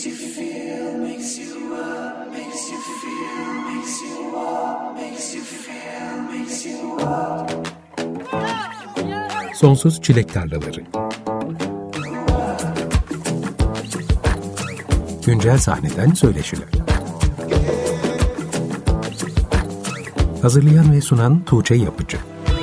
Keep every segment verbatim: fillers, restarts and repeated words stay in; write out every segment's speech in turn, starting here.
makes you feel, makes you up, makes you feel, makes you walk, makes you feel, makes you walk. Sonsuz Çilek Tarlaları. Güncel sahneden söyleşiler. Hazırlayan ve sunan Tuğçe Yapıcı.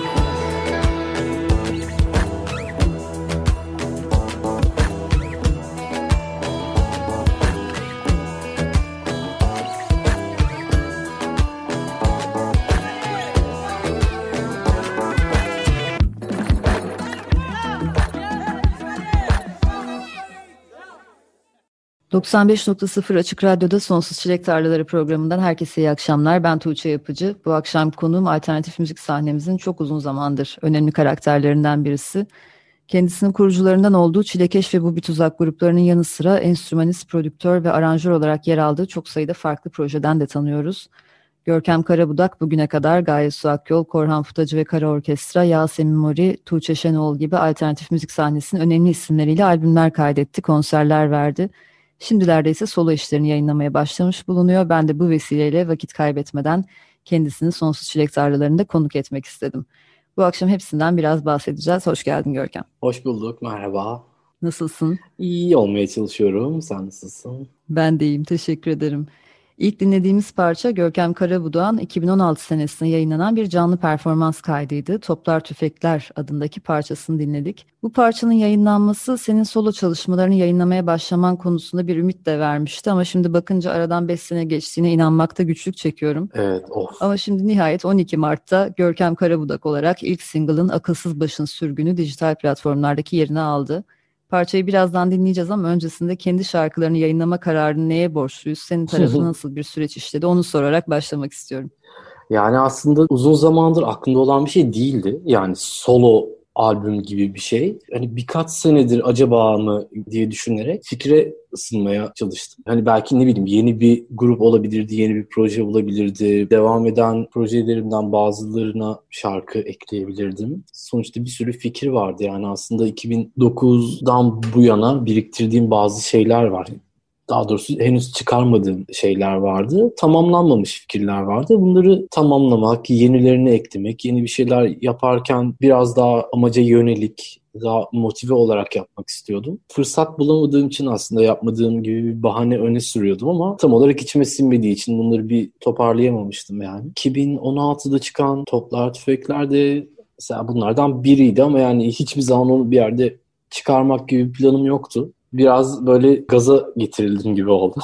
doksan beş nokta sıfır Açık Radyo'da Sonsuz Çilek Tarlaları programından herkese iyi akşamlar. Ben Tuğçe Yapıcı. Bu akşam konuğum alternatif müzik sahnemizin çok uzun zamandır önemli karakterlerinden birisi. Kendisinin kurucularından olduğu Çilekeş ve Bu Bir Tuzak gruplarının yanı sıra enstrümanist, prodüktör ve aranjör olarak yer aldığı çok sayıda farklı projeden de tanıyoruz. Görkem Karabudak bugüne kadar Gaye Su Akyol, Korhan Futacı ve Kara Orkestra, Yasemin Mori, Tuğçe Şenol gibi alternatif müzik sahnesinin önemli isimleriyle albümler kaydetti, konserler verdi. Şimdilerde ise solo işlerini yayınlamaya başlamış bulunuyor. Ben de bu vesileyle vakit kaybetmeden kendisini Sonsuz Çilek Tarlaları'nda konuk etmek istedim. Bu akşam hepsinden biraz bahsedeceğiz. Hoş geldin Görkem. Hoş bulduk, merhaba. Nasılsın? İyi olmaya çalışıyorum. Sen nasılsın? Ben de iyiyim, teşekkür ederim. İlk dinlediğimiz parça Görkem Karabudak'ın iki bin on altı senesinde yayınlanan bir canlı performans kaydıydı. Toplar Tüfekler adındaki parçasını dinledik. Bu parçanın yayınlanması senin solo çalışmalarını yayınlamaya başlaman konusunda bir ümit de vermişti. Ama şimdi bakınca aradan beş sene geçtiğine inanmakta güçlük çekiyorum. Evet, of. Ama şimdi nihayet on iki Mart'ta Görkem Karabudak olarak ilk single'ın Akılsız Başın Sürgünü dijital platformlardaki yerini aldı. Parçayı birazdan dinleyeceğiz ama öncesinde kendi şarkılarını yayınlama kararını neye borçluyuz? Senin tarafı nasıl bir süreç işledi? Onu sorarak başlamak istiyorum. Yani aslında uzun zamandır aklımda olan bir şey değildi. Yani solo albüm gibi bir şey. Hani birkaç senedir acaba mı diye düşünerek fikre ısınmaya çalıştım. Hani belki ne bileyim yeni bir grup olabilirdi, yeni bir proje olabilirdi. Devam eden projelerimden bazılarına şarkı ekleyebilirdim. Sonuçta bir sürü fikir vardı. Yani aslında iki bin dokuzdan bu yana biriktirdiğim bazı şeyler var. Daha doğrusu henüz çıkarmadığım şeyler vardı. Tamamlanmamış fikirler vardı. Bunları tamamlamak, yenilerini eklemek, yeni bir şeyler yaparken biraz daha amaca yönelik, daha motive olarak yapmak istiyordum. Fırsat bulamadığım için aslında yapmadığım gibi bir bahane öne sürüyordum ama tam olarak içime sinmediği için bunları bir toparlayamamıştım yani. iki bin on altıda çıkan Toplar Tüfekler de mesela bunlardan biriydi ama yani hiçbir zaman onu bir yerde çıkarmak gibi bir planım yoktu. Biraz böyle gaza getirildim gibi oldu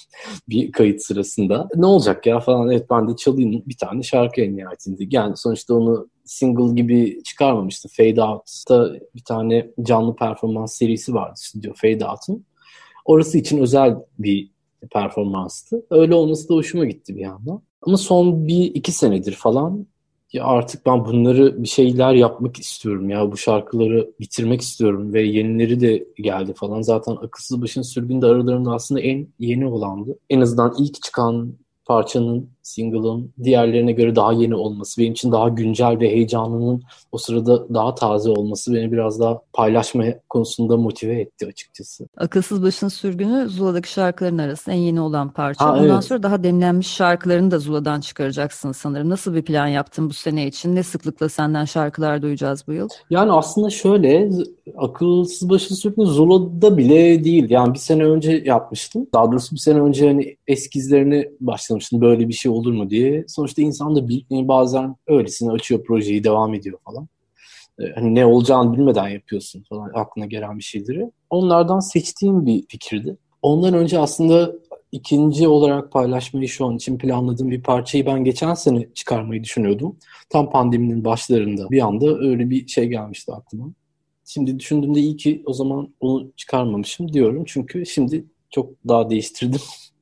bir kayıt sırasında. Ne olacak ya falan, evet ben de çalayım bir tane şarkı en nihayetinde. Yani sonuçta onu single gibi çıkarmamıştım. Fade Out'ta bir tane canlı performans serisi vardı, Stüdyo Fade Out'un. Orası için özel bir performanstı. Öyle olması da hoşuma gitti bir yandan. Ama son bir iki senedir falan ya artık ben bunları bir şeyler yapmak istiyorum ya. Bu şarkıları bitirmek istiyorum ve yenileri de geldi falan. Zaten Akılsız Başın Sürgünü de aralarında aslında en yeni olandı. En azından ilk çıkan parçanın, single'ın diğerlerine göre daha yeni olması, benim için daha güncel ve heyecanının o sırada daha taze olması beni biraz daha paylaşma konusunda motive etti açıkçası. Akılsız Başın Sürgünü Zula'daki şarkıların arasında en yeni olan parça. Ha, Bundan evet. sonra daha demlenmiş şarkılarını da Zula'dan çıkaracaksın sanırım. Nasıl bir plan yaptın bu sene için? Ne sıklıkla senden şarkılar duyacağız bu yıl? Yani aslında şöyle, Akılsız Başın Sürgünü Zula'da bile değil. Yani bir sene önce yapmıştım. Daha doğrusu bir sene önce hani eskizlerini başlamıştım. Böyle bir şey olur mu diye. Sonuçta insan da bir, bazen öylesine açıyor projeyi, devam ediyor falan. Hani ne olacağını bilmeden yapıyorsun falan, aklına gelen bir şeyleri. Onlardan seçtiğim bir fikirdi. Ondan önce aslında ikinci olarak paylaşmayı şu an için planladığım bir parçayı ben geçen sene çıkarmayı düşünüyordum. Tam pandeminin başlarında bir anda öyle bir şey gelmişti aklıma. Şimdi düşündüğümde iyi ki o zaman onu çıkarmamışım diyorum. Çünkü şimdi çok daha değiştirdim.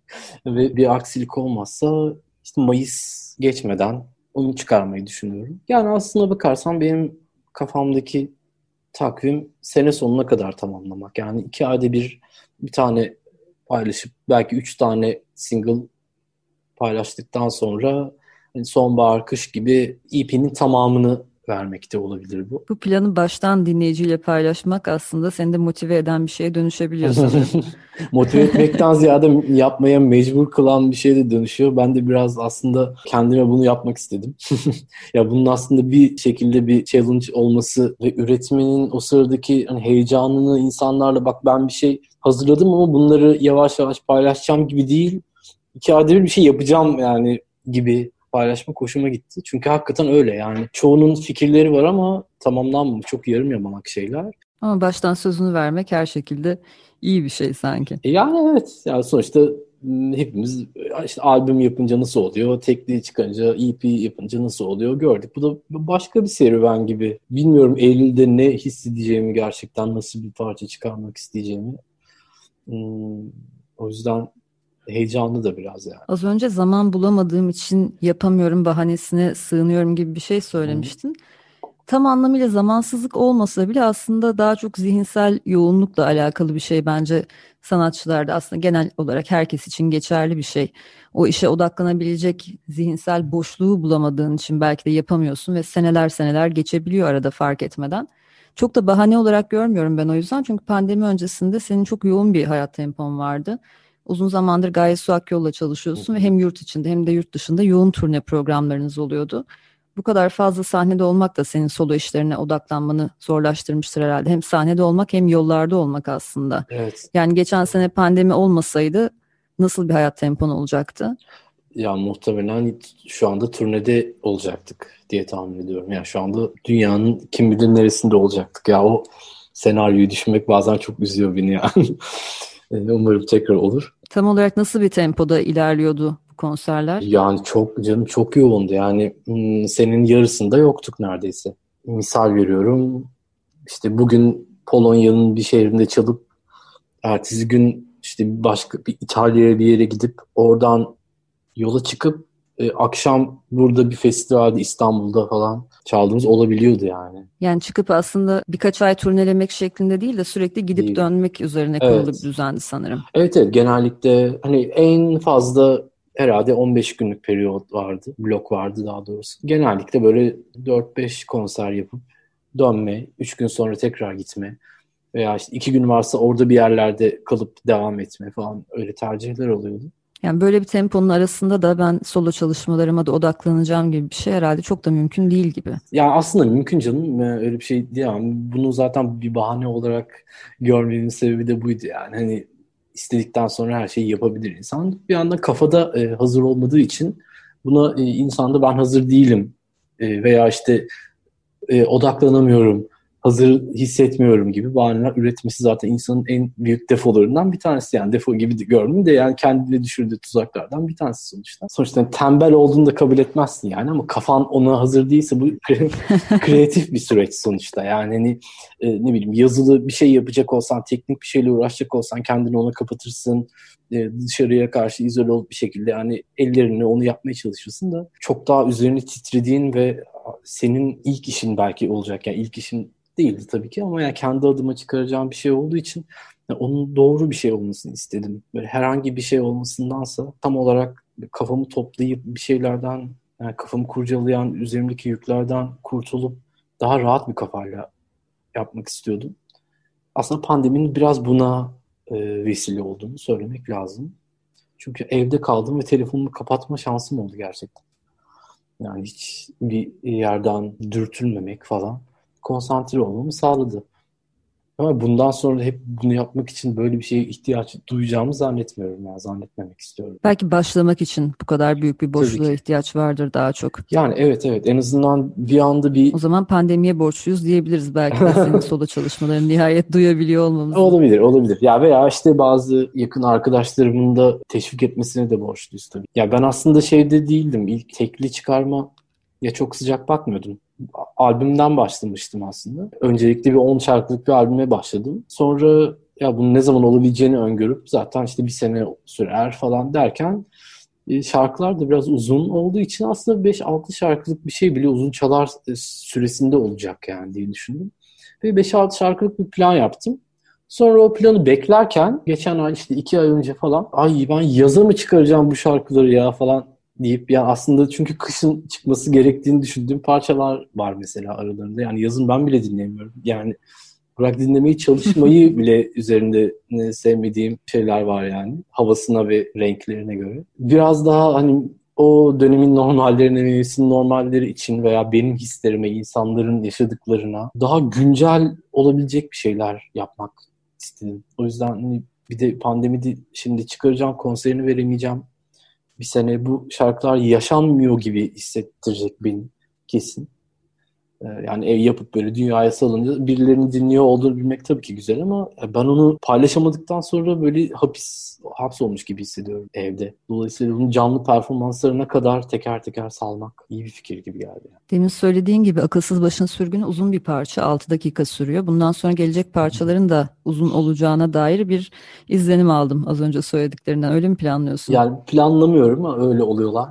Ve bir aksilik olmazsa işte Mayıs geçmeden onu çıkarmayı düşünüyorum. Yani aslına bakarsan benim kafamdaki takvim sene sonuna kadar tamamlamak. Yani iki ayda bir bir tane paylaşıp belki üç tane single paylaştıktan sonra hani sonbahar, kış gibi E P'nin tamamını vermek de olabilir bu. Bu planı baştan dinleyiciyle paylaşmak aslında seni de motive eden bir şeye dönüşebiliyor sanırım. Motive etmekten ziyade yapmaya mecbur kılan bir şeye de dönüşüyor. Ben de biraz aslında kendime bunu yapmak istedim. Ya bunun aslında bir şekilde bir challenge olması ve üretmenin o sıradaki hani heyecanını insanlarla bak ben bir şey hazırladım ama bunları yavaş yavaş paylaşacağım gibi değil. İki ayda bir bir şey yapacağım yani gibi paylaşmak hoşuma gitti. Çünkü hakikaten öyle yani. Çoğunun fikirleri var ama tamamlanmamış. Çok yarım yamalak şeyler. Ama baştan sözünü vermek her şekilde iyi bir şey sanki. E yani evet. Yani sonuçta hepimiz işte albüm yapınca nasıl oluyor, tekliği çıkınca, E P yapınca nasıl oluyor gördük. Bu da başka bir serüven gibi. Bilmiyorum Eylül'de ne hissedeceğimi gerçekten, nasıl bir parça çıkarmak isteyeceğimi. Hmm, o yüzden heyecanlı da biraz yani. Az önce zaman bulamadığım için yapamıyorum bahanesine sığınıyorum gibi bir şey söylemiştin. Hı. Tam anlamıyla zamansızlık olmasa bile aslında daha çok zihinsel yoğunlukla alakalı bir şey bence sanatçılarda, aslında genel olarak herkes için geçerli bir şey. O işe odaklanabilecek zihinsel boşluğu bulamadığın için belki de yapamıyorsun ve seneler seneler geçebiliyor arada fark etmeden. Çok da bahane olarak görmüyorum ben o yüzden, çünkü pandemi öncesinde senin çok yoğun bir hayat tempon vardı. Uzun zamandır Gaye Su Akyol'la çalışıyorsun ve hem yurt içinde hem de yurt dışında yoğun turne programlarınız oluyordu. Bu kadar fazla sahnede olmak da senin solo işlerine odaklanmanı zorlaştırmıştır herhalde. Hem sahnede olmak hem yollarda olmak aslında. Evet. Yani geçen sene pandemi olmasaydı nasıl bir hayat tempon olacaktı? Ya muhtemelen şu anda turnede olacaktık diye tahmin ediyorum. Yani şu anda dünyanın kim bilir neresinde olacaktık. Ya o senaryoyu düşünmek bazen çok üzüyor beni yani. Umarım tekrar olur. Tam olarak nasıl bir tempoda ilerliyordu bu konserler? Yani çok canım çok yoğundu. Yani senin yarısında yoktuk neredeyse. Misal veriyorum. İşte bugün Polonya'nın bir şehrinde çalıp ertesi gün işte başka bir İtalya'ya bir yere gidip oradan yola çıkıp e, akşam burada bir festivalde İstanbul'da falan çaldığımız olabiliyordu yani. Yani çıkıp aslında birkaç ay turnelemek şeklinde değil de sürekli gidip Değil. dönmek üzerine kurulu Evet. bir düzendi sanırım. Evet evet, genellikle hani en fazla herhalde on beş günlük periyot vardı. Blok vardı daha doğrusu. Genellikle böyle dört beş konser yapıp dönme, üç gün sonra tekrar gitme veya işte iki gün varsa orada bir yerlerde kalıp devam etme falan, öyle tercihler oluyordu. Yani böyle bir temponun arasında da ben solo çalışmalarıma da odaklanacağım gibi bir şey herhalde çok da mümkün değil gibi. Ya aslında mümkün canım. Öyle bir şey diyemem. Bunu zaten bir bahane olarak görmemin sebebi de buydu yani. Hani istedikten sonra her şeyi yapabilir insan. Bir anda kafada e, hazır olmadığı için buna e, insanda ben hazır değilim e, veya işte e, odaklanamıyorum, hazır hissetmiyorum gibi bahaneler üretmesi zaten insanın en büyük defolarından bir tanesi. Yani defo gibi de gördüm de yani kendine düşürdüğü tuzaklardan bir tanesi sonuçta. Sonuçta yani tembel olduğunu da kabul etmezsin yani, ama kafan ona hazır değilse bu kreatif bir süreç sonuçta. Yani hani e, ne bileyim, yazılı bir şey yapacak olsan, teknik bir şeyle uğraşacak olsan kendini ona kapatırsın. E, dışarıya karşı izole olup bir şekilde yani ellerini onu yapmaya çalışırsın da çok daha üzerine titrediğin ve senin ilk işin belki olacak. Yani ilk işin değildi tabii ki ama yani kendi adıma çıkaracağım bir şey olduğu için yani onun doğru bir şey olmasını istedim. Böyle herhangi bir şey olmasındansa tam olarak kafamı toplayıp bir şeylerden, yani kafamı kurcalayan üzerimdeki yüklerden kurtulup daha rahat bir kafayla yapmak istiyordum. Aslında pandeminin biraz buna e, vesile olduğunu söylemek lazım. Çünkü evde kaldım ve telefonumu kapatma şansım oldu gerçekten. Yani hiç bir yerden dürtülmemek falan konsantre olmamı sağladı. Ama bundan sonra hep bunu yapmak için böyle bir şeye ihtiyaç duyacağımı zannetmiyorum. Yani zannetmemek istiyorum. Belki başlamak için bu kadar büyük bir boşluğa ihtiyaç vardır daha çok. Yani evet evet, en azından bir anda bir... O zaman pandemiye borçluyuz diyebiliriz belki de senin solo çalışmalarını nihayet duyabiliyor olmamızı. Olabilir olabilir. Ya veya işte bazı yakın arkadaşlarımın da teşvik etmesine de borçluyuz tabii. Ya ben aslında şeyde değildim. İlk tekli çıkarma ya çok sıcak bakmıyordum. Albümden başlamıştım aslında. Öncelikle bir on şarkılık bir albüme başladım. Sonra ya bunun ne zaman olabileceğini öngörüp zaten işte bir sene sürer falan derken şarkılar da biraz uzun olduğu için aslında beş altı şarkılık bir şey bile uzun çalar süresinde olacak yani diye düşündüm. Ve beş altı şarkılık bir plan yaptım. Sonra o planı beklerken geçen ay işte iki ay önce falan ay ben yaza mı çıkaracağım bu şarkıları ya falan deyip ya aslında çünkü kışın çıkması gerektiğini düşündüğüm parçalar var mesela aralarında. Yani yazın ben bile dinleyemiyorum. Yani bırak dinlemeyi, çalışmayı bile üzerinde sevmediğim şeyler var yani. Havasına ve renklerine göre. Biraz daha hani o dönemin normallerine, mevsim normalleri için veya benim hislerime, insanların yaşadıklarına daha güncel olabilecek bir şeyler yapmak istedim. O yüzden hani bir de pandemide şimdi çıkaracağım, konserini veremeyeceğim. Bir sene bu şarkılar yaşanmıyor gibi hissettirecek beni kesin. Yani ev yapıp böyle dünyaya salınca birilerinin dinliyor olduğunu bilmek tabii ki güzel ama ben onu paylaşamadıktan sonra böyle hapis hapsolmuş gibi hissediyorum evde. Dolayısıyla bunun canlı performanslarına kadar teker teker salmak iyi bir fikir gibi geldi. Demin söylediğin gibi Akılsız Başın Sürgünü uzun bir parça, altı dakika sürüyor. Bundan sonra gelecek parçaların da uzun olacağına dair bir izlenim aldım az önce söylediklerinden. Öyle mi planlıyorsun? Yani planlamıyorum ama öyle oluyorlar.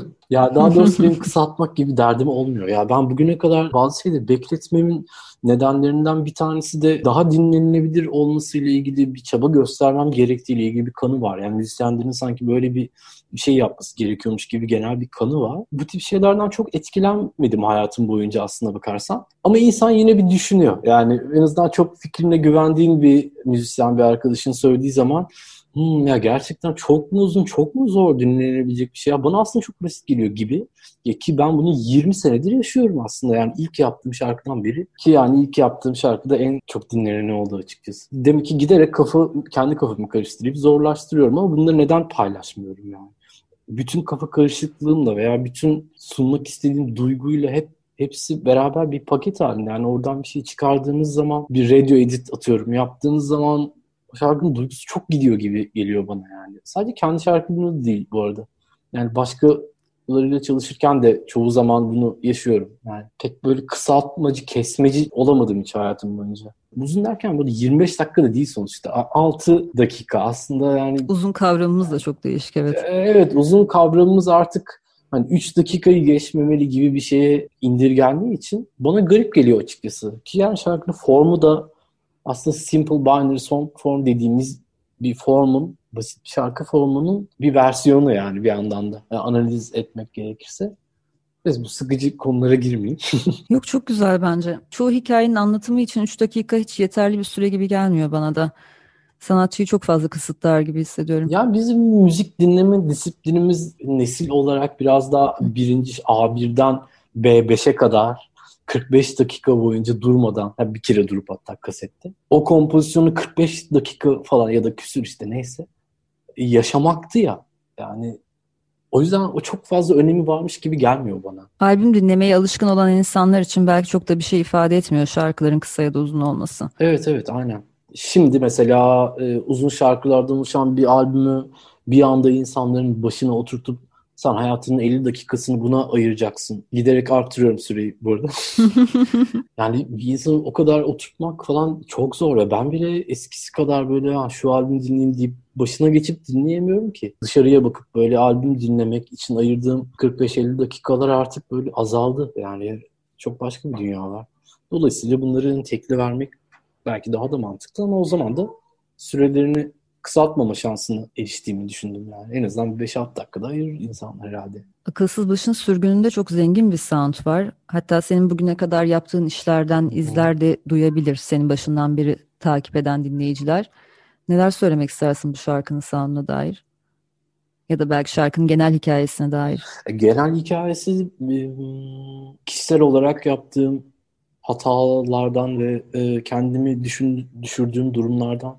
Ya daha doğrusu benim kısaltmak gibi derdim olmuyor. Ya ben bugüne kadar bazı şeyleri bekletmemin nedenlerinden bir tanesi de daha dinlenilebilir olmasıyla ilgili bir çaba göstermem gerektiğiyle ilgili bir kanı var. Yani müzisyenlerin sanki böyle bir bir şey yapması gerekiyormuş gibi genel bir kanı var. Bu tip şeylerden çok etkilenmedim hayatım boyunca aslına bakarsan. Ama insan yine bir düşünüyor. Yani en azından çok fikrine güvendiğin bir müzisyen, bir arkadaşın söylediği zaman Hmm, ya gerçekten çok mu uzun, çok mu zor dinlenebilecek bir şey? Ya bana aslında çok basit geliyor gibi. Ya ki ben bunu yirmi senedir yaşıyorum aslında. Yani ilk yaptığım şarkıdan beri. Ki yani ilk yaptığım şarkıda en çok dinleneni oldu açıkçası. Demek ki giderek kafa, kendi kafamı karıştırıp zorlaştırıyorum ama bunları neden paylaşmıyorum yani? Bütün kafa karışıklığımla veya bütün sunmak istediğim duyguyla hep hepsi beraber bir paket halinde. Yani oradan bir şey çıkardığınız zaman bir radio edit atıyorum. Yaptığınız zaman şarkının duygusu çok gidiyor gibi geliyor bana yani. Sadece kendi şarkımda değil bu arada. Yani başkalarıyla çalışırken de çoğu zaman bunu yaşıyorum. Yani pek böyle kısaltmacı, kesmeci olamadım hiç hayatım boyunca. Uzun derken böyle yirmi beş dakika da değil sonuçta. altı dakika aslında yani. Uzun kavramımız da çok değişik, evet. Evet, uzun kavramımız artık hani üç dakikayı geçmemeli gibi bir şeye indirgendiği için bana garip geliyor açıkçası. Ki yani şarkının formu da aslında simple binary song form dediğimiz bir formun, basit bir şarkı formunun bir versiyonu yani bir yandan da. Yani analiz etmek gerekirse. Biz bu sıkıcı konulara girmeyeyim. Yok, çok güzel bence. Çoğu hikayenin anlatımı için üç dakika hiç yeterli bir süre gibi gelmiyor bana da. Sanatçıyı çok fazla kısıtlar gibi hissediyorum. Ya bizim müzik dinleme disiplinimiz nesil olarak biraz daha birinci A birden B beşe kadar kırk beş dakika boyunca durmadan, yani bir kere durup hatta kasette, o kompozisyonu kırk beş dakika falan ya da küsür işte neyse yaşamaktı ya. Yani o yüzden o çok fazla önemi varmış gibi gelmiyor bana. Albüm dinlemeye alışkın olan insanlar için belki çok da bir şey ifade etmiyor şarkıların kısa ya da uzun olması. Evet evet aynen. Şimdi mesela e, uzun şarkılardan oluşan bir albümü bir anda insanların başına oturtup sen hayatının elli dakikasını buna ayıracaksın. Giderek artırıyorum süreyi bu arada. Yani bir insanı o kadar oturtmak falan çok zor ya. Ben bile eskisi kadar böyle ha, şu albümü dinleyeyim deyip başına geçip dinleyemiyorum ki. Dışarıya bakıp böyle albüm dinlemek için ayırdığım kırk beş elli dakikalar artık böyle azaldı. Yani çok başka bir dünya var. Dolayısıyla bunların tekli vermek belki daha da mantıklı ama o zaman da sürelerini kısaltmama şansına eriştiğimi düşündüm yani. En azından beş altı dakikada ayırır insanlar herhalde. Akılsız Başın Sürgünü'nde çok zengin bir sound var. Hatta senin bugüne kadar yaptığın işlerden izler de duyabilir senin başından beri takip eden dinleyiciler. Neler söylemek istersin bu şarkının sound'una dair? Ya da belki şarkının genel hikayesine dair. Genel hikayesi kişisel olarak yaptığım hatalardan ve kendimi düşün, düşürdüğüm durumlardan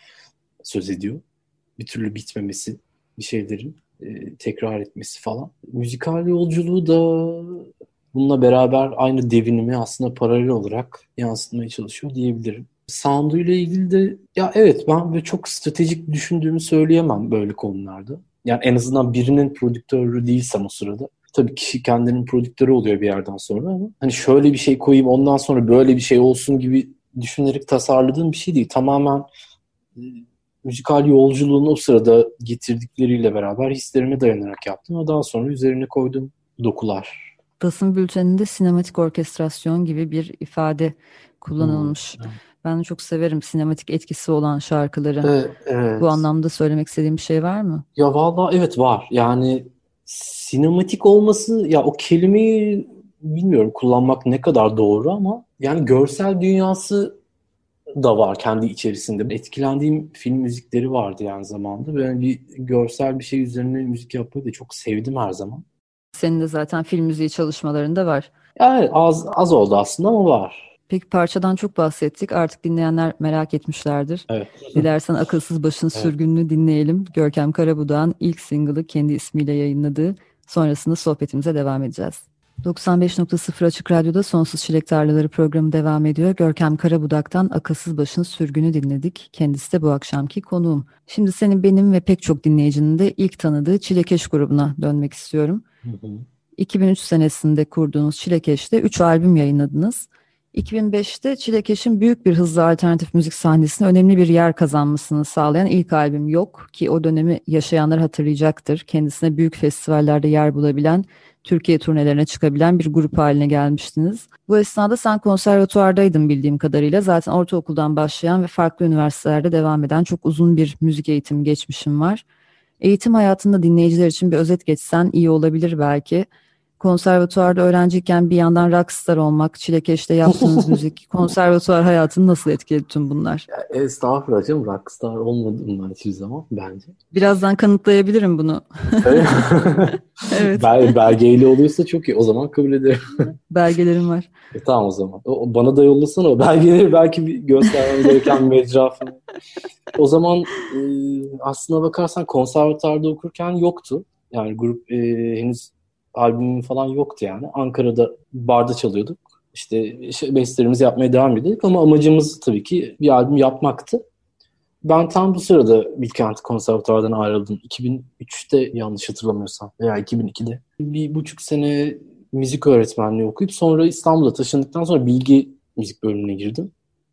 söz ediyor. Bir türlü bitmemesi, bir şeylerin tekrar etmesi falan. Müzikal yolculuğu da bununla beraber aynı devinimi aslında paralel olarak yansıtmaya çalışıyor diyebilirim. Sound'uyla ilgili de ya evet ben böyle çok stratejik düşündüğümü söyleyemem böyle konularda. Yani en azından birinin prodüktörü değilsem o sırada. Tabii kişi kendinin prodüktörü oluyor bir yerden sonra ama hani şöyle bir şey koyayım ondan sonra böyle bir şey olsun gibi düşünerek tasarladığım bir şey değil. Tamamen e, müzikal yolculuğunu o sırada getirdikleriyle beraber hislerime dayanarak yaptım ve daha sonra üzerine koyduğum dokular. Basın bülteninde sinematik orkestrasyon gibi bir ifade kullanılmış. Hmm. Ben de çok severim sinematik etkisi olan şarkıları. Evet, evet. Bu anlamda söylemek istediğim bir şey var mı? Ya vallahi evet var. Yani sinematik olması, ya o kelimeyi bilmiyorum kullanmak ne kadar doğru ama yani görsel dünyası da var kendi içerisinde. Etkilendiğim film müzikleri vardı yani zamanında. Ben bir görsel bir şey üzerine müzik yapmayı da çok sevdim her zaman. Senin de zaten film müziği çalışmalarında var. Yani az az oldu aslında ama var. Peki parçadan çok bahsettik. Artık dinleyenler merak etmişlerdir. Evet. Dilersen Akılsız Başın Evet. Sürgününü dinleyelim. Görkem Karabudak'ın ilk single'ı kendi ismiyle yayınladığı. Sonrasında sohbetimize devam edeceğiz. doksan beş nokta sıfır Açık Radyo'da Sonsuz Çilek Tarlaları programı devam ediyor. Görkem Karabudak'tan Akılsız Başın Sürgünü dinledik. Kendisi de bu akşamki konuğum. Şimdi senin, benim ve pek çok dinleyicinin de ilk tanıdığı Çilekeş grubuna dönmek istiyorum. Hı hı. iki bin üç senesinde kurduğunuz Çilekeş'te üç albüm yayınladınız. iki bin beşte Çilekeş'in büyük bir hızla alternatif müzik sahnesinde önemli bir yer kazanmasını sağlayan ilk albüm Yok, ki o dönemi yaşayanlar hatırlayacaktır. Kendisine büyük festivallerde yer bulabilen, Türkiye turnelerine çıkabilen bir grup haline gelmiştiniz. Bu esnada sen konservatuvardaydın bildiğim kadarıyla. Zaten ortaokuldan başlayan ve farklı üniversitelerde devam eden çok uzun bir müzik eğitimi geçmişin var. Eğitim hayatında dinleyiciler için bir özet geçsen iyi olabilir belki. Konservatuvarda öğrenciyken bir yandan rockstar olmak, Çilekeş'te yaptığınız müzik, konservatuvar hayatını nasıl etkiledi tüm bunlar? Ya, estağfurullah canım, rockstar olmadım ben hiçbir zaman bence. Birazdan kanıtlayabilirim bunu. Evet. Bel belgeyle oluyorsa çok iyi. O zaman kabul ederim. Belgelerim var. E, tamam o zaman. O, bana da yollasana o belgeleri, belki bir göstermem gereken mecra falan. O zaman e, aslına bakarsan konservatuarda okurken yoktu. Yani grup e, henüz albümüm falan yoktu yani. Ankara'da barda çalıyorduk. İşte bestelerimizi yapmaya devam ediyorduk ama amacımız tabii ki bir albüm yapmaktı. Ben tam bu sırada Bilkent Konservatuvar'dan ayrıldım. iki bin üçte yanlış hatırlamıyorsam veya iki bin ikide. Bir buçuk sene müzik öğretmenliği okuyup sonra İstanbul'a taşındıktan sonra Bilgi Müzik bölümüne girdim.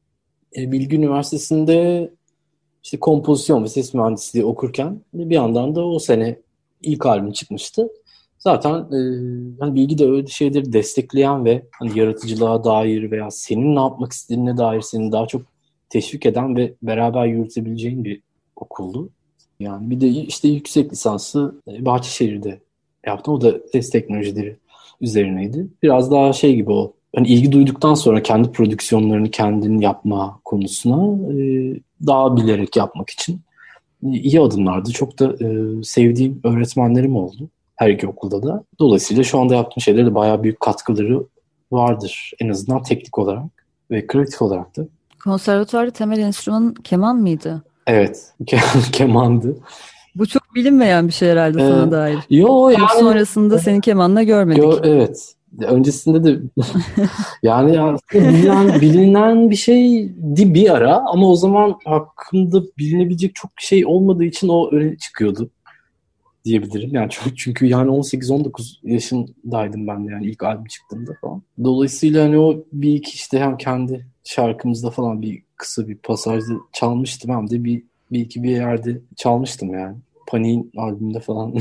E, Bilgi Üniversitesi'nde işte kompozisyon ve ses mühendisliği okurken bir yandan da o sene ilk albüm çıkmıştı. Zaten e, hani Bilgi de öyle şeyleri destekleyen ve hani yaratıcılığa dair veya senin ne yapmak istediğine dair seni daha çok teşvik eden ve beraber yürütebileceğin bir okuldu. Yani bir de işte yüksek lisansı Bahçeşehir'de yaptım. O da ses teknolojileri üzerineydi. Biraz daha şey gibi o. Hani ilgi duyduktan sonra kendi prodüksiyonlarını kendin yapma konusuna e, daha bilerek yapmak için iyi adımlardı. Çok da e, sevdiğim öğretmenlerim oldu. Her iki okulda da. Dolayısıyla şu anda yaptığım şeylere de bayağı büyük katkıları vardır. En azından teknik olarak ve kreatif olarak da. Konservatuvarda temel enstrümanın keman mıydı? Evet. Kemandı. Bu çok bilinmeyen bir şey herhalde ee, sana dair. Yo yani. Çünkü sonrasında seni kemanla görmedik. Gör, evet. Öncesinde de yani aslında bilinen, bilinen bir şeydi bir ara ama o zaman hakkında bilinebilecek çok şey olmadığı için o öyle çıkıyordu diyebilirim. Yani çok, çünkü yani on sekiz on dokuz yaşındaydım ben de yani ilk albüm çıktığında falan. Dolayısıyla hani o bir iki işte hem kendi şarkımızda falan bir kısa bir pasajda çalmıştım hem de bir, bir iki bir yerde çalmıştım yani. Panik'in albümünde falan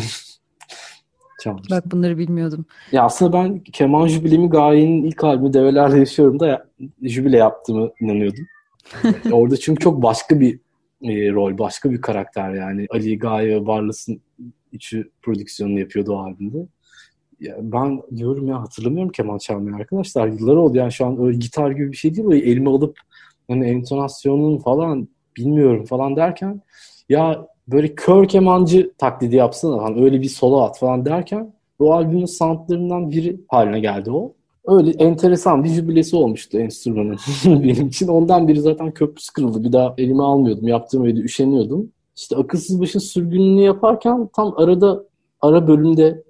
çalmıştım. Bak bunları bilmiyordum. Ya aslında ben Keman Jübilemi Gaye'nin ilk albümü Develer'de Yaşıyorum da ya, jübile yaptığımı inanıyordum. Orada çünkü çok başka bir e, rol, başka bir karakter yani. Ali, Gaye ve Barlas'ın üçü prodüksiyonunu yapıyordu o albümde. Ya ben diyorum ya hatırlamıyorum keman çalmayı arkadaşlar. Yıllar oldu yani şu an öyle gitar gibi bir şey değil. Böyle elime alıp hani entonasyonun falan bilmiyorum falan derken ya böyle kör kemancı taklidi yapsana hani öyle bir solo at falan derken bu albümün soundlarından biri haline geldi o. Öyle enteresan bir jübilesi olmuştu enstrümanın benim için. Ondan beri zaten köprüsü kırıldı. Bir daha elime almıyordum. Yaptığım öyle üşeniyordum. İşte Akılsız Başın Sürgününü yaparken tam arada ara bölümde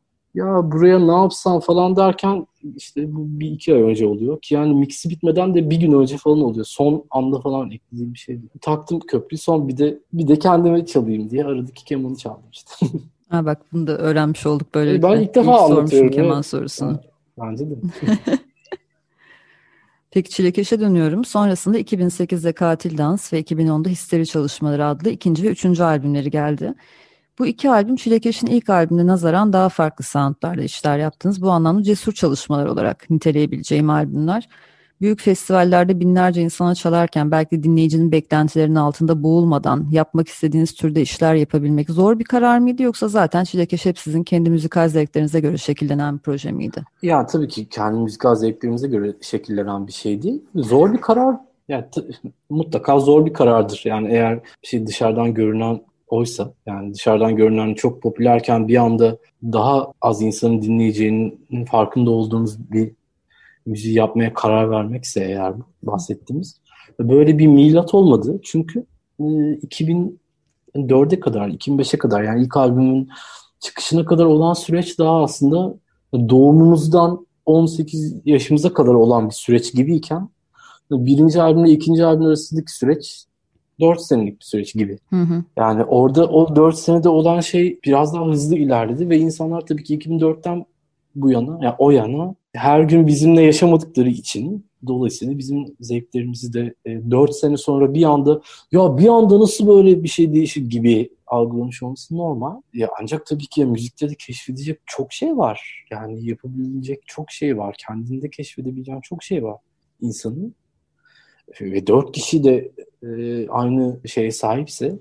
ya buraya ne yapsam falan derken işte bu bir iki ay önce oluyor ki yani mixi bitmeden de bir gün önce falan oluyor. Son anda falan eklediğim bir şeydi. Taktım köprüyü son bir de bir de kendime çalayım diye aradaki kemanı çaldım işte. Ha bak bunu da öğrenmiş olduk böylelikle. Ben ilk defa ilk anlatıyorum. keman evet. sorusunu. Bence de. Peki Çilekeş'e dönüyorum. Sonrasında iki bin sekizde Katil Dans ve iki bin onda Histeri Çalışmaları adlı ikinci ve üçüncü albümleri geldi. Bu iki albüm Çilekeş'in ilk albümüne nazaran daha farklı soundlarla işler yaptınız. Bu anlamda cesur çalışmalar olarak niteleyebileceğim albümler. büyük festivallerde binlerce insana çalarken belki de dinleyicinin beklentilerinin altında boğulmadan yapmak istediğiniz türde işler yapabilmek zor bir karar mıydı, yoksa zaten Çilekeş hep sizin kendi müzikal zevklerinize göre şekillenen bir proje miydi? Ya tabii ki kendi müzikal zevklerimize göre şekillenen bir şey değil. Zor bir karar. Yani t- mutlaka zor bir karardır. Yani eğer bir şey dışarıdan görünen oysa, yani dışarıdan görünen çok popülerken bir anda daha az insanın dinleyeceğinin farkında olduğumuz bir müziği yapmaya karar vermekse eğer bahsettiğimiz. Böyle bir milat olmadı. Çünkü e, iki bin dörde kadar, iki bin beşe kadar, yani ilk albümün çıkışına kadar olan süreç daha aslında doğumumuzdan on sekiz yaşımıza kadar olan bir süreç gibiyken birinci albümle ikinci albüm arasındaki süreç dört senelik bir süreç gibi. Hı hı. Yani orada o dört senede olan şey biraz daha hızlı ilerledi ve insanlar tabii ki iki bin dörtten bu yana, yani o yana her gün bizimle yaşamadıkları için dolayısıyla bizim zevklerimizi de e, dört sene sonra bir anda ya bir anda nasıl böyle bir şey değişir gibi algılamış olması normal. Ya ancak tabii ki ya, müzikte de keşfedecek çok şey var. Yani yapabilecek çok şey var. Kendinde keşfedebileceğin çok şey var insanın. Ve dört kişi de e, aynı şeye sahipse,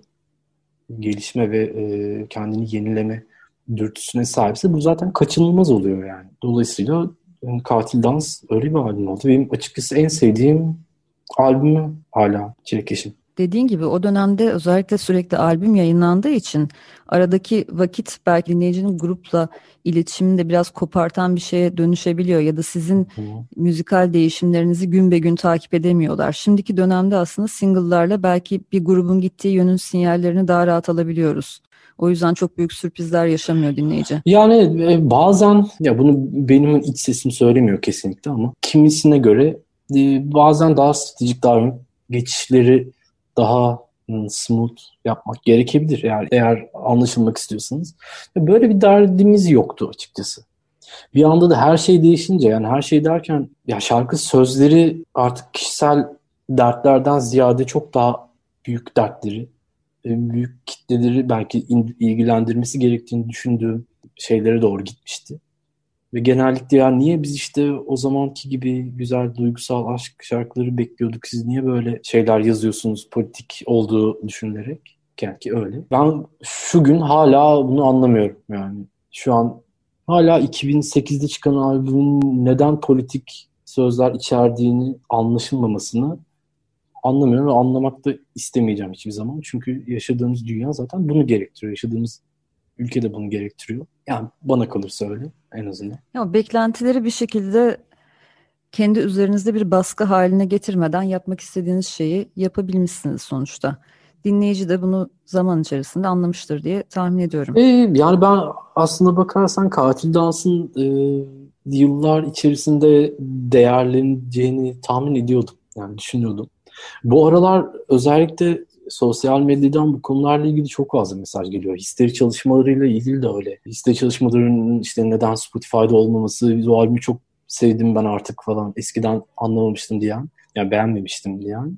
gelişme ve e, kendini yenileme dürtüsüne sahipse bu zaten kaçınılmaz oluyor yani. Dolayısıyla yani Katil Dans öyle bir albüm oldu. Benim açıkçası en sevdiğim albümü hala Çilekeş'in. Dediğin gibi o dönemde özellikle sürekli albüm yayınlandığı için aradaki vakit belki dinleyicinin grupla iletişimini de biraz kopartan bir şeye dönüşebiliyor ya da sizin Hı. müzikal değişimlerinizi gün be gün takip edemiyorlar. Şimdiki dönemde aslında single'larla belki bir grubun gittiği yönün sinyallerini daha rahat alabiliyoruz. O yüzden çok büyük sürprizler yaşamıyor dinleyici. Yani e, bazen, ya bunu benim iç sesim söylemiyor kesinlikle ama kimisine göre e, bazen daha stratejik davranıp geçişleri daha hmm, smooth yapmak gerekebilir. Yani eğer anlaşılmak istiyorsanız. Böyle bir derdimiz yoktu açıkçası. Bir anda da her şey değişince, yani her şey derken ya şarkı sözleri artık kişisel dertlerden ziyade çok daha büyük dertleri, e, büyük kitleleri belki in- ilgilendirmesi gerektiğini düşündüğüm şeylere doğru gitmişti. Ve genellikle ya niye biz işte o zamanki gibi güzel duygusal aşk şarkıları bekliyorduk, siz niye böyle şeyler yazıyorsunuz politik olduğu düşünülerek, yani ki öyle. Ben şu gün hala bunu anlamıyorum yani. Şu an hala iki bin sekizde çıkan albümün neden politik sözler içerdiğini anlaşılmamasını anlamıyorum ve anlamak da istemeyeceğim hiçbir zaman. Çünkü yaşadığımız dünya zaten bunu gerektiriyor. Yaşadığımız ülke de bunu gerektiriyor. Yani bana kalırsa öyle en azından. Ya, beklentileri bir şekilde kendi üzerinizde bir baskı haline getirmeden yapmak istediğiniz şeyi yapabilmişsiniz sonuçta. Dinleyici de bunu zaman içerisinde anlamıştır diye tahmin ediyorum. E, yani ben aslına bakarsan Katil Dans'ın e, yıllar içerisinde değerleneceğini tahmin ediyordum. Yani düşünüyordum. Bu aralar özellikle sosyal medyadan bu konularla ilgili çok fazla mesaj geliyor. Histeri çalışmalarıyla ilgili de öyle. Histeri çalışmalarının işte neden Spotify'da olmaması, biz o albümü çok sevdim ben artık falan, eskiden anlamamıştım diyen, yani beğenmemiştim diyen.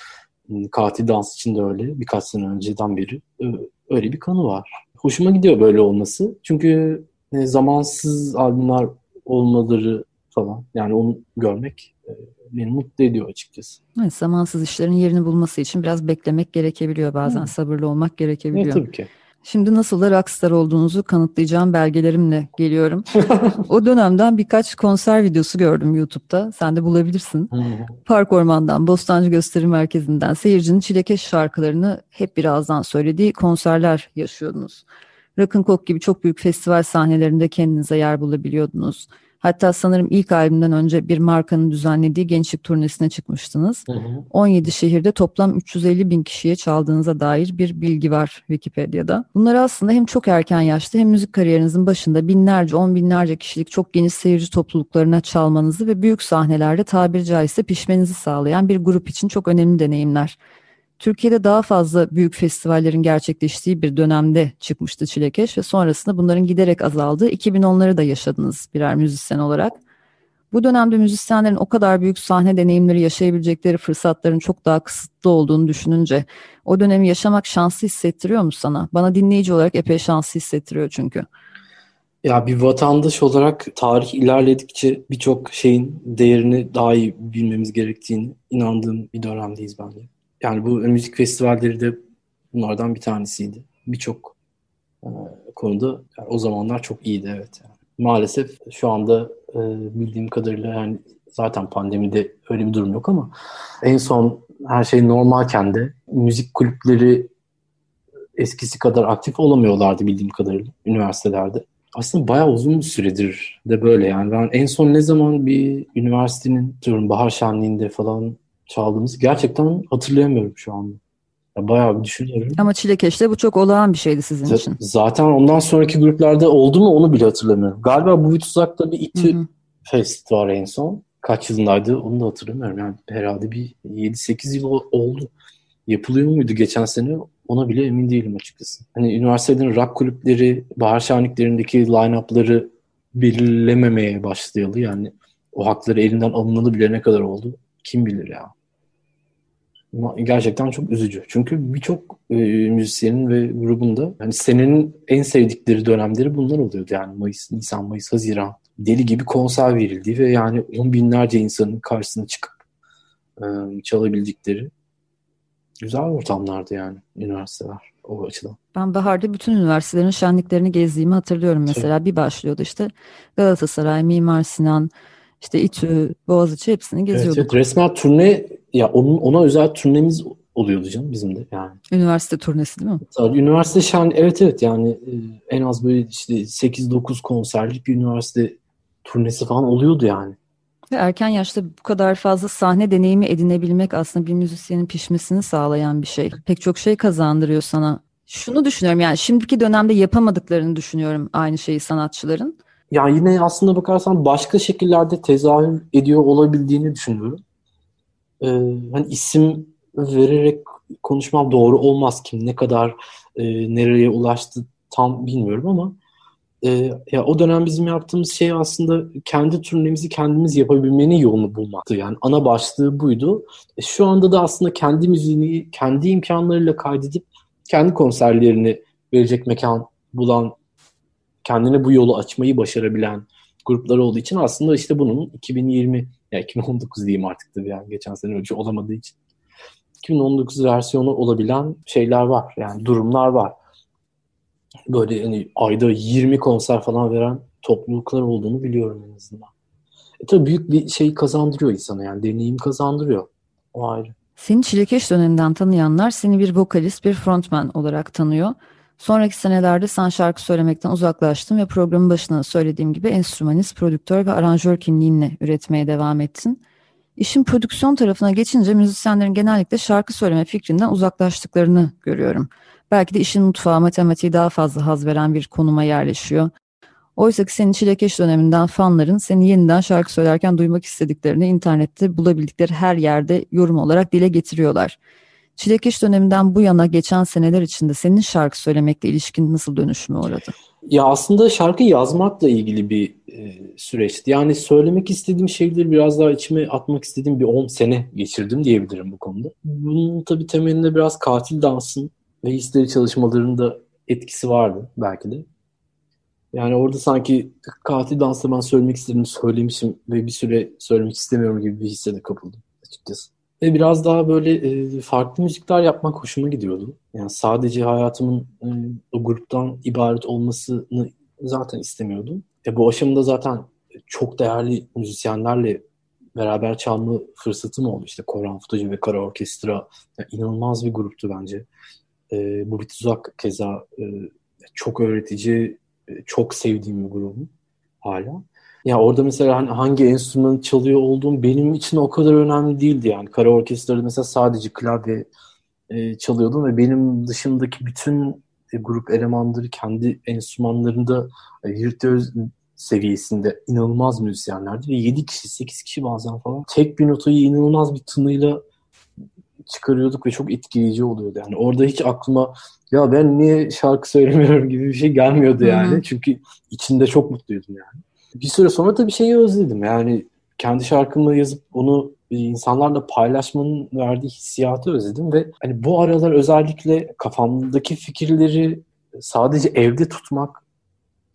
Katil Dans için de öyle. Birkaç sene önceden beri öyle bir kanı var. Hoşuma gidiyor böyle olması. Çünkü zamansız albümler olmaları falan, yani onu görmek beni mutlu ediyor açıkçası. Evet, zamansız işlerin yerini bulması için biraz beklemek gerekebiliyor bazen. Hı. Sabırlı olmak gerekebiliyor. Evet, tabii ki. Şimdi nasıl da rockstar olduğunuzu kanıtlayacağım belgelerimle geliyorum. O dönemden birkaç konser videosu gördüm YouTube'da. Sen de bulabilirsin. Hı. Park Orman'dan, Bostancı Gösteri Merkezi'nden seyircinin Çilekeş şarkılarını hep bir ağızdan söylediği konserler yaşıyordunuz. Rock'n'Coke gibi çok büyük festival sahnelerinde kendinize yer bulabiliyordunuz. Hatta sanırım ilk albümden önce bir markanın düzenlediği gençlik turnesine çıkmıştınız. Hı hı. on yedi şehirde toplam üç yüz elli bin kişiye çaldığınıza dair bir bilgi var Wikipedia'da. Bunları aslında hem çok erken yaşta hem müzik kariyerinizin başında binlerce, on binlerce kişilik çok geniş seyirci topluluklarına çalmanızı ve büyük sahnelerde tabiri caizse pişmenizi sağlayan bir grup için çok önemli deneyimler. Türkiye'de daha fazla büyük festivallerin gerçekleştiği bir dönemde çıkmıştı Çilekeş ve sonrasında bunların giderek azaldığı iki bin onları da yaşadınız birer müzisyen olarak. Bu dönemde müzisyenlerin o kadar büyük sahne deneyimleri yaşayabilecekleri fırsatların çok daha kısıtlı olduğunu düşününce o dönemi yaşamak şanslı hissettiriyor mu sana? Bana dinleyici olarak epey şanslı hissettiriyor çünkü. Ya bir vatandaş olarak tarih ilerledikçe birçok şeyin değerini daha iyi bilmemiz gerektiğini inandığım bir dönemdeyiz bence. Yani bu müzik festivalleri de bunlardan bir tanesiydi. Birçok e, konuda yani o zamanlar çok iyiydi, evet. Yani. Maalesef şu anda e, bildiğim kadarıyla yani zaten pandemide öyle bir durum yok ama en son her şey normalken de müzik kulüpleri eskisi kadar aktif olamıyorlardı bildiğim kadarıyla üniversitelerde. Aslında bayağı uzun süredir de böyle yani. Ben en son ne zaman bir üniversitenin diyorum bahar şenliğinde falan çaldığımızı gerçekten hatırlayamıyorum şu anda. Ya bayağı bir düşünüyorum. Ama Çilekeş'te bu çok olağan bir şeydi sizin Z- için. zaten ondan sonraki gruplarda oldu mu onu bile hatırlamıyorum. Galiba bu Tuzak'ta bir Hı İTÜ hı. Fest var en son. Kaç yılındaydı onu da hatırlamıyorum. Yani herhalde bir yedi sekiz yıl o- oldu. Yapılıyor muydu geçen sene? Ona bile emin değilim açıkçası. Hani üniversitelerin rock kulüpleri, bahar şenliklerindeki line-up'ları belirlememeye başlayalı. Yani o hakları elinden alınalı bile ne kadar oldu? Kim bilir ya. Ama gerçekten çok üzücü. Çünkü birçok e, müzisyenin ve grubun da hani senenin en sevdikleri dönemleri bunlar oluyordu. Yani Mayıs, Nisan, Mayıs, Haziran. Deli gibi konser verildiği ve yani on binlerce insanın karşısına çıkıp e, çalabildikleri güzel ortamlardı yani üniversiteler o açıdan. Ben baharda bütün üniversitelerin şenliklerini gezdiğimi hatırlıyorum Tabii. mesela. Bir başlıyordu işte Galatasaray, Mimar Sinan, işte İTÜ, Boğaziçi hepsini Evet, evet, geziyorduk. resmen turne ya onun ona özel turnemiz oluyordu canım bizim de yani. Üniversite turnesi değil mi? Tabii üniversite şen evet evet yani e, en az böyle işte sekiz dokuz konserlik bir üniversite turnesi falan oluyordu yani. Ve erken yaşta bu kadar fazla sahne deneyimi edinebilmek aslında bir müzisyenin pişmesini sağlayan bir şey. Pek çok şey kazandırıyor sana. Şunu düşünüyorum, yani şimdiki dönemde yapamadıklarını düşünüyorum aynı şeyi sanatçıların. Yani yine aslında bakarsan başka şekillerde tezahür ediyor olabildiğini düşünüyorum. Ee, hani isim vererek konuşmam doğru olmaz, kim ne kadar e, nereye ulaştı tam bilmiyorum ama e, ya o dönem bizim yaptığımız şey aslında kendi turnemizi kendimiz yapabilmenin yolunu bulmaktı. Yani ana başlığı buydu. E, şu anda da aslında kendi müziğini kendi imkanlarıyla kaydedip kendi konserlerini verecek mekan bulan, kendine bu yolu açmayı başarabilen gruplar olduğu için aslında işte bunun iki bin yirmi ya iki bin on dokuz diyeyim artık tabii yani geçen sene ölçü olamadığı için iki bin on dokuz versiyonu olabilen şeyler var. Yani durumlar var. Böyle hani ayda yirmi konser falan veren topluluklar olduğunu biliyorum en azından. E tabii büyük bir şey kazandırıyor insana yani deneyim kazandırıyor. O ayrı. Seni Çilekeş döneminden tanıyanlar seni bir vokalist, bir frontman olarak tanıyor. Sonraki senelerde sen şarkı söylemekten uzaklaştın ve programın başına söylediğim gibi enstrümanist, prodüktör ve aranjör kimliğinle üretmeye devam ettin. İşin prodüksiyon tarafına geçince müzisyenlerin genellikle şarkı söyleme fikrinden uzaklaştıklarını görüyorum. Belki de işin mutfağı, matematiği daha fazla haz veren bir konuma yerleşiyor. Oysa ki senin Çilekeş döneminden fanların seni yeniden şarkı söylerken duymak istediklerini internette bulabildikleri her yerde yorum olarak dile getiriyorlar. Çilekeş döneminden bu yana geçen seneler içinde senin şarkı söylemekle ilişkin nasıl dönüşüme uğradı? Ya aslında şarkı yazmakla ilgili bir e, süreçti. Yani söylemek istediğim şeyleri biraz daha içime atmak istediğim bir on sene geçirdim diyebilirim bu konuda. Bunun tabii temelinde biraz Katil Dans'ın ve Histeri çalışmalarının da etkisi vardı belki de. Yani orada sanki Katil Dans'ta ben söylemek istediğimi söylemişim ve bir süre söylemek istemiyorum gibi bir hisse de kapıldım açıkçası. Ve biraz daha böyle e, farklı müzikler yapmak hoşuma gidiyordu. Yani sadece hayatımın e, o gruptan ibaret olmasını zaten istemiyordum. E, bu aşamada zaten çok değerli müzisyenlerle beraber çalma fırsatım oldu. İşte Korhan Futacı ve Kara Orkestra. Yani inanılmaz bir gruptu bence. E, bu bir tuzak keza e, çok öğretici, e, çok sevdiğim bir grubum hala. Ya orada mesela hani hangi enstrümanı çalıyor olduğum benim için o kadar önemli değildi yani. Kara orkestrada mesela sadece klavye e, çalıyordum ve benim dışındaki bütün e, grup elemanları kendi enstrümanlarında e, virtüöz seviyesinde inanılmaz müzisyenlerdi ve yedi kişi, sekiz kişi bazen falan tek bir notayı inanılmaz bir tınıyla çıkarıyorduk ve çok etkileyici oluyordu. Yani orada hiç aklıma ya ben niye şarkı söylemiyorum gibi bir şey gelmiyordu Hı yani. hı. Çünkü içinde çok mutluydum yani. Bir süre sonra tabii şeyi özledim. Yani kendi şarkımı yazıp onu insanlarla paylaşmanın verdiği hissiyatı özledim ve hani bu aralar özellikle kafamdaki fikirleri sadece evde tutmak,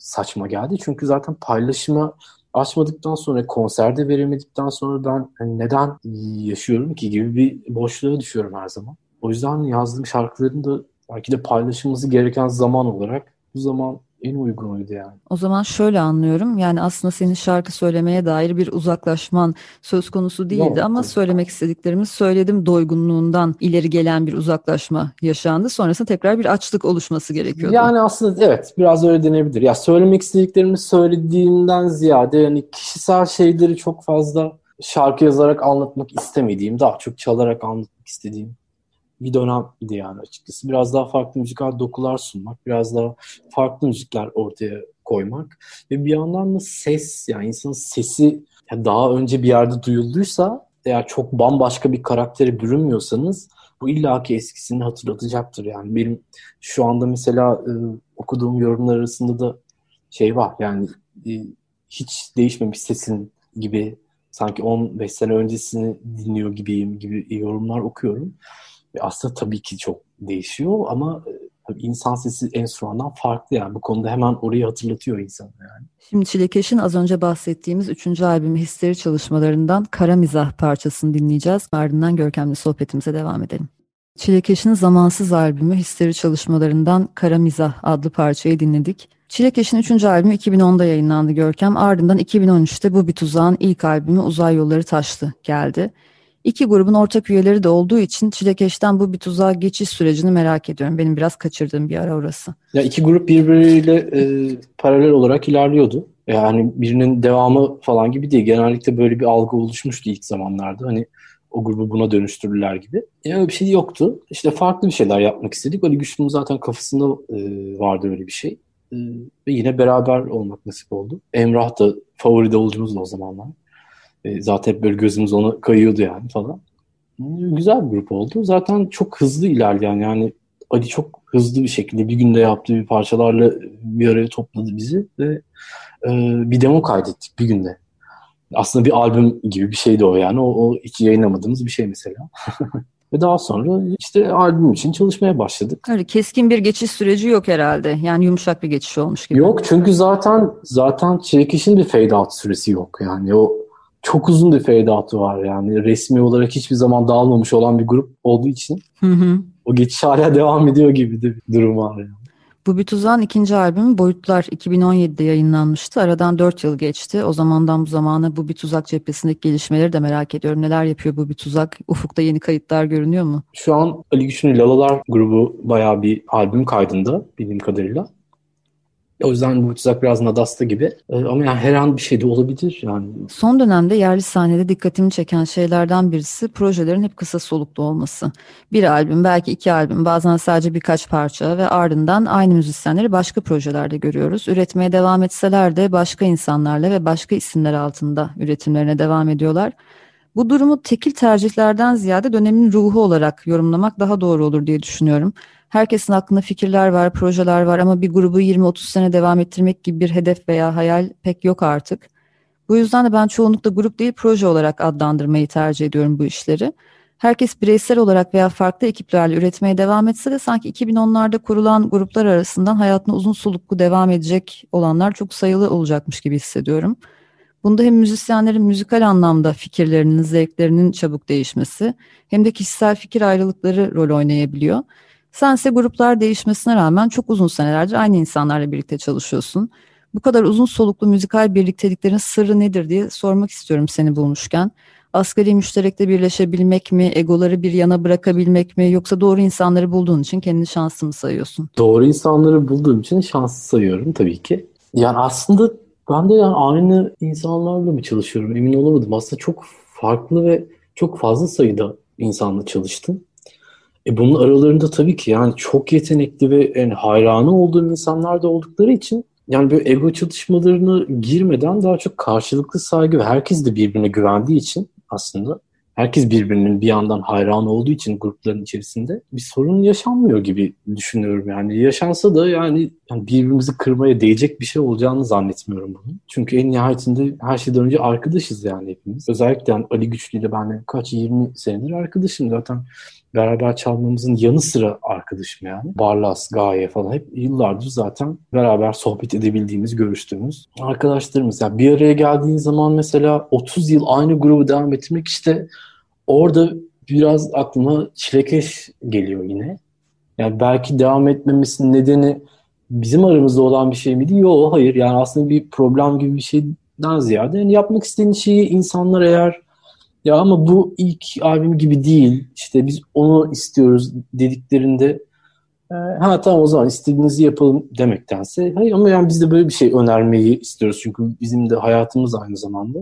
saçma geldi. Çünkü zaten paylaşıma açmadıktan sonra, konserde veremedikten sonra ben hani neden yaşıyorum ki gibi bir boşluğa düşüyorum her zaman. O yüzden yazdığım şarkıların da belki de paylaşılması gereken zaman olarak bu zaman en uygunuydu yani. O zaman şöyle anlıyorum. Yani aslında senin şarkı söylemeye dair bir uzaklaşman söz konusu değildi Yok, ama tabii. söylemek istediklerimi söyledim doygunluğundan ileri gelen bir uzaklaşma yaşandı. Sonrasında tekrar bir açlık oluşması gerekiyordu. Yani aslında evet, biraz öyle denebilir. Ya söylemek istediklerimi söylediğimden ziyade yani kişisel şeyleri çok fazla şarkı yazarak anlatmak istemediğim, daha çok çalarak anlatmak istediğim bir dönemdi yani açıkçası. Biraz daha farklı müzikal dokular sunmak, biraz daha farklı müzikler ortaya koymak ve bir yandan da ses, yani insanın sesi daha önce bir yerde duyulduysa, eğer çok bambaşka bir karaktere bürünmüyorsanız bu illaki eskisini hatırlatacaktır. Yani benim şu anda mesela e, okuduğum yorumlar arasında da şey var yani e, hiç değişmemiş sesin gibi, sanki on beş sene öncesini dinliyor gibiyim gibi yorumlar okuyorum. Ve aslında tabii ki çok değişiyor ama e, insan sesi enstrümandan farklı yani. Bu konuda hemen orayı hatırlatıyor insanı yani. Şimdi Çilekeş'in az önce bahsettiğimiz üçüncü albümü Histeri çalışmalarından Kara Mizah parçasını dinleyeceğiz. Ardından Görkem'le sohbetimize devam edelim. Çilekeş'in zamansız albümü Histeri çalışmalarından Kara Mizah adlı parçayı dinledik. Çilekeş'in üçüncü albümü iki bin onda yayınlandı Görkem. Ardından iki bin on üçte Bu Bir Tuzağın ilk albümü Uzay Yolları Taştı geldi. İki grubun ortak üyeleri de olduğu için Çilekeş'ten Bu Bir Tuzağa geçiş sürecini merak ediyorum. Benim biraz kaçırdığım bir ara orası. Ya iki grup birbiriyle e, paralel olarak ilerliyordu. Yani birinin devamı falan gibi değil. Genellikle böyle bir algı oluşmuştu ilk zamanlarda. Hani o grubu buna dönüştürürler gibi. Yani öyle bir şey yoktu. İşte farklı bir şeyler yapmak istedik. Ali Güçlü'nün zaten kafasında e, vardı öyle bir şey. E, ve yine beraber olmak nasip oldu. Emrah da favori davulcumuz da o zamanlar. E, zaten hep böyle gözümüz ona kayıyordu yani falan. E, güzel bir grup oldu. Zaten çok hızlı ilerleyen yani Ali çok hızlı bir şekilde bir günde yaptığı bir parçalarla bir araya topladı bizi ve e, bir demo kaydettik bir günde. Aslında bir albüm gibi bir şeydi o yani. O, o hiç yayınlamadığımız bir şey mesela. Ve daha sonra işte albüm için çalışmaya başladık. Öyle keskin bir geçiş süreci yok herhalde. Yani yumuşak bir geçiş olmuş gibi. Yok çünkü zaten zaten Çilekiş'in bir fade out süresi yok. Yani o çok uzun bir fade out'u var yani. Resmi olarak hiçbir zaman dağılmamış olan bir grup olduğu için Hı hı. o geçiş hala devam ediyor gibi de bir durum var yani. Bu Bir Tuzağın ikinci albümü Boyutlar iki bin on yedide yayınlanmıştı. Aradan dört yıl geçti. O zamandan bu zamana Bu Bir Tuzak cephesindeki gelişmeleri de merak ediyorum. Neler yapıyor Bu Bir Tuzak? Ufukta yeni kayıtlar görünüyor mu? Şu an Ali Güçlü'nün Lalalar grubu bayağı bir albüm kaydında bildiğim kadarıyla. O yüzden bu tuzak biraz nadasta gibi. Ee, ama yani her an bir şey de olabilir yani. Son dönemde yerli sahnede dikkatimi çeken şeylerden birisi projelerin hep kısa soluklu olması. Bir albüm, belki iki albüm, bazen sadece birkaç parça ve ardından aynı müzisyenleri başka projelerde görüyoruz. Üretmeye devam etseler de başka insanlarla ve başka isimler altında üretimlerine devam ediyorlar. Bu durumu tekil tercihlerden ziyade dönemin ruhu olarak yorumlamak daha doğru olur diye düşünüyorum. Herkesin aklında fikirler var, projeler var ama bir grubu yirmi otuz sene devam ettirmek gibi bir hedef veya hayal pek yok artık. Bu yüzden de ben çoğunlukla grup değil proje olarak adlandırmayı tercih ediyorum bu işleri. Herkes bireysel olarak veya farklı ekiplerle üretmeye devam etse de sanki iki bin onlarda kurulan gruplar arasından hayatına uzun soluklu devam edecek olanlar çok sayılı olacakmış gibi hissediyorum. Bunda hem müzisyenlerin müzikal anlamda fikirlerinin, zevklerinin çabuk değişmesi hem de kişisel fikir ayrılıkları rol oynayabiliyor. Sense gruplar değişmesine rağmen çok uzun senelerdir aynı insanlarla birlikte çalışıyorsun. Bu kadar uzun soluklu müzikal birlikteliklerin sırrı nedir diye sormak istiyorum seni bulmuşken. Asgari müşterekte birleşebilmek mi, egoları bir yana bırakabilmek mi, yoksa doğru insanları bulduğun için kendini şanslı mı sayıyorsun? Doğru insanları bulduğum için şanslı sayıyorum tabii ki. Yani aslında ben de yani aynı insanlarla mı çalışıyorum emin olamadım. Aslında çok farklı ve çok fazla sayıda insanla çalıştım. E bunun aralarında tabii ki yani çok yetenekli ve yani hayranı olduğum insanlar da oldukları için yani böyle ego çatışmalarına girmeden daha çok karşılıklı saygı ve herkes de birbirine güvendiği için aslında herkes birbirinin bir yandan hayran olduğu için grupların içerisinde bir sorun yaşanmıyor gibi düşünüyorum. Yani yaşansa da yani, yani birbirimizi kırmaya değecek bir şey olacağını zannetmiyorum bunun. Çünkü en nihayetinde her şeyden önce arkadaşız yani hepimiz. Özellikle yani Ali Güçlü ile ben kaç yirmi senedir arkadaşım zaten. beraber çalmamızın yanı sıra arkadaşım yani. Barlas, Gaye falan hep yıllardır zaten beraber sohbet edebildiğimiz, görüştüğümüz arkadaşlarımız. Yani bir araya geldiğin zaman mesela otuz yıl aynı grubu devam ettirmek, işte orada biraz aklıma Çilekeş geliyor yine. Yani belki devam etmemesinin nedeni bizim aramızda olan bir şey miydi? Yok, hayır. Yani aslında bir problem gibi bir şeyden ziyade yani yapmak istediğin şeyi insanlar eğer ya ama bu ilk albüm gibi değil, İşte biz onu istiyoruz dediklerinde e, ha tamam o zaman istediğinizi yapalım demektense hayır ama yani biz de böyle bir şey önermeyi istiyoruz çünkü bizim de hayatımız aynı zamanda.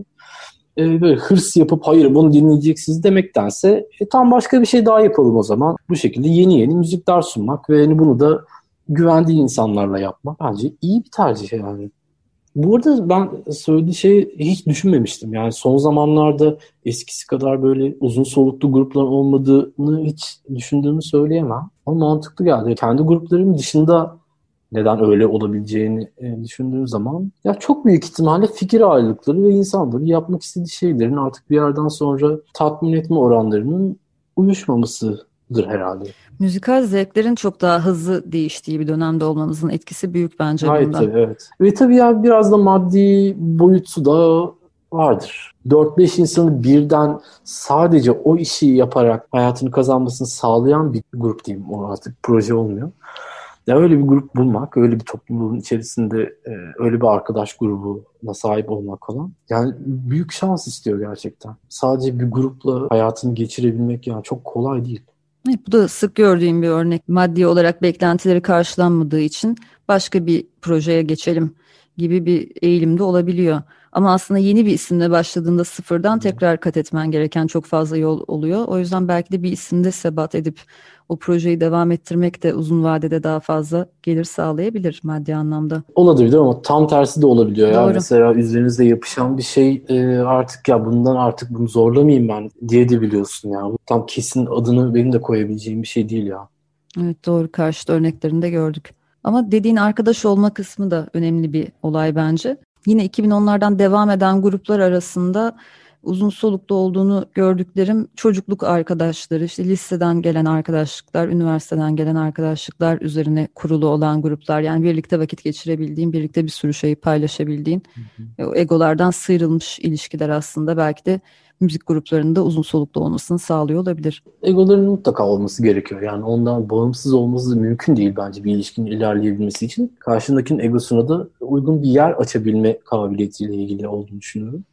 E, böyle hırs yapıp hayır bunu dinleyeceksiniz demektense e, tam başka bir şey daha yapalım o zaman. Bu şekilde yeni yeni müzikler sunmak ve yani bunu da güvendiği insanlarla yapmak bence iyi bir tercih yani. Bu arada ben söylediği şeyi hiç düşünmemiştim. Yani son zamanlarda eskisi kadar böyle uzun soluklu grupların olmadığını hiç düşündüğümü söyleyemem. Ama mantıklı geldi. Kendi gruplarım dışında neden öyle olabileceğini e, düşündüğüm zaman ya çok büyük ihtimalle fikir ayrılıkları ve insanların yapmak istediği şeylerin artık bir yerden sonra tatmin etme oranlarının uyuşmamasıdır herhalde. Müzikal zevklerin çok daha hızlı değiştiği bir dönemde olmamızın etkisi büyük bence Hayır, bunda. tabii, evet. Ve tabii ya biraz da maddi boyutu da vardır. dört beş insanı birden sadece o işi yaparak hayatını kazanmasını sağlayan bir grup diyeyim. O artık proje olmuyor. Ya öyle bir grup bulmak, öyle bir topluluğun içerisinde e, öyle bir arkadaş grubuna sahip olmak falan. Yani büyük şans istiyor gerçekten. Sadece bir grupla hayatını geçirebilmek yani çok kolay değil. Evet, bu da sık gördüğüm bir örnek. Maddi olarak beklentileri karşılanmadığı için başka bir projeye geçelim gibi bir eğilimde olabiliyor. Ama aslında yeni bir isimle başladığında sıfırdan tekrar kat etmen gereken çok fazla yol oluyor. O yüzden belki de bir isimde sebat edip o projeyi devam ettirmek de uzun vadede daha fazla gelir sağlayabilir maddi anlamda. Olabilir ama tam tersi de olabiliyor ya. Doğru. Mesela üzerinize yapışan bir şey e, artık ya bundan artık bunu zorlamayayım ben diye de biliyorsun ya. Bu tam kesin adını benim de koyabileceğim bir şey değil ya. Evet, doğru, karşıt örneklerini de gördük. Ama dediğin arkadaş olma kısmı da önemli bir olay bence. Yine iki bin onlardan devam eden gruplar arasında uzun soluklu olduğunu gördüklerim çocukluk arkadaşları, işte liseden gelen arkadaşlıklar, üniversiteden gelen arkadaşlıklar üzerine kurulu olan gruplar. Yani birlikte vakit geçirebildiğin, birlikte bir sürü şeyi paylaşabildiğin, e, o egolardan sıyrılmış ilişkiler aslında belki de müzik gruplarında uzun soluklu olmasını sağlıyor olabilir. Egoların mutlaka olması gerekiyor. Yani ondan bağımsız olması mümkün değil bence bir ilişkinin ilerleyebilmesi için. Karşındakinin egosuna da uygun bir yer açabilme kabiliyetiyle ilgili olduğunu düşünüyorum.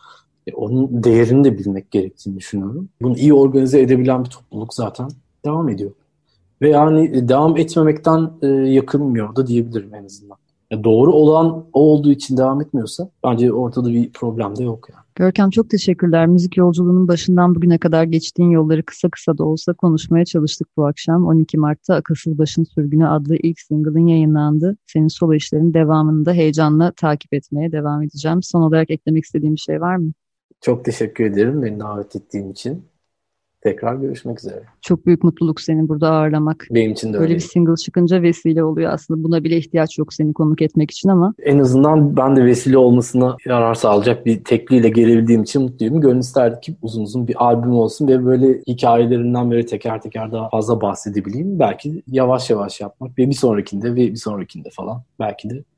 E, onun değerini de bilmek gerektiğini düşünüyorum. Bunu iyi organize edebilen bir topluluk zaten devam ediyor. Ve yani devam etmemekten e, yakınmıyor da diyebilirim en azından. Ya doğru olan o olduğu için devam etmiyorsa bence ortada bir problem de yok yani. Görkem, çok teşekkürler. Müzik yolculuğunun başından bugüne kadar geçtiğin yolları kısa kısa da olsa konuşmaya çalıştık bu akşam. on iki Mart'ta Akılsız Başın Sürgünü adlı ilk single'ın yayınlandı. Senin solo işlerin devamını da heyecanla takip etmeye devam edeceğim. Son olarak eklemek istediğim bir şey var mı? Çok teşekkür ederim beni davet ettiğin için. Tekrar görüşmek üzere. Çok büyük mutluluk seni burada ağırlamak. Benim için de Böyle öyle. bir single çıkınca vesile oluyor aslında. Buna bile ihtiyaç yok seni konuk etmek için ama. En azından ben de vesile olmasına yarar sağlayacak bir tekliyle gelebildiğim için mutluyum. Gönül isterdi ki uzun uzun bir albüm olsun ve böyle hikayelerinden böyle teker teker daha fazla bahsedebileyim. Belki yavaş yavaş yapmak ve bir sonrakinde ve bir sonrakinde falan belki de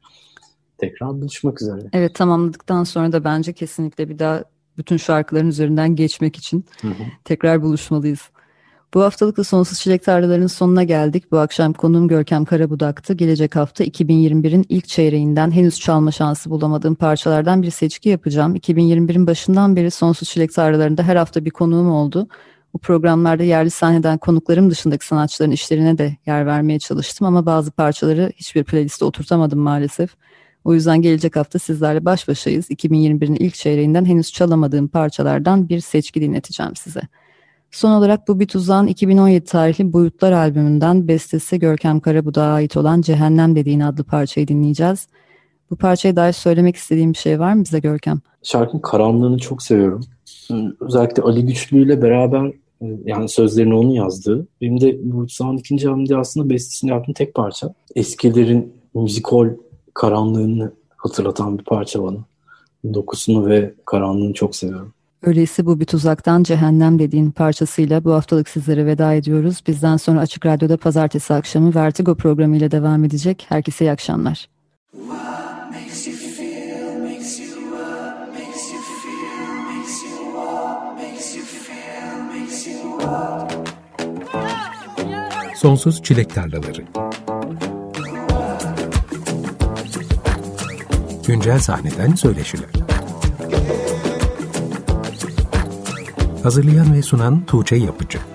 tekrar buluşmak üzere. Evet, tamamladıktan sonra da bence kesinlikle bir daha bütün şarkıların üzerinden geçmek için Hı hı. tekrar buluşmalıyız. Bu haftalık da Sonsuz Çilek Tarlaları'nın sonuna geldik. Bu akşam konuğum Görkem Karabudak'tı. Gelecek hafta iki bin yirmi birin ilk çeyreğinden henüz çalma şansı bulamadığım parçalardan bir seçki yapacağım. iki bin yirmi birin başından beri Sonsuz Çilek Tarlaları'nda her hafta bir konuğum oldu. Bu programlarda yerli sahneden konuklarım dışındaki sanatçıların işlerine de yer vermeye çalıştım ama bazı parçaları hiçbir playliste oturtamadım maalesef. O yüzden gelecek hafta sizlerle baş başayız. iki bin yirmi birin ilk çeyreğinden henüz çalamadığım parçalardan bir seçki dinleteceğim size. Son olarak bu bir tuzağın iki bin on yedi tarihli Boyutlar albümünden bestesi Görkem Karabudak'a ait olan Cehennem Dediğin adlı parçayı dinleyeceğiz. Bu parçaya dair söylemek istediğim bir şey var mı bize Görkem? Şarkının karanlığını çok seviyorum. Özellikle Ali Güçlü ile beraber yani sözlerini onun yazdığı. Benim de bu Tuzağın ikinci albümde aslında bestesini yaptığım tek parça. Eskilerin müzikal karanlığını hatırlatan bir parça bana. Dokusunu ve karanlığını çok seviyorum. Öyleyse bu bir tuzaktan cehennem dediğin parçasıyla bu haftalık sizlere veda ediyoruz. Bizden sonra Açık Radyo'da pazartesi akşamı Vertigo programıyla devam edecek. Herkese iyi akşamlar. Sonsuz Çilek Tarlaları. Güncel sahneden söyleşiler. Hazırlayan ve sunan Tuğçe Yapıcı.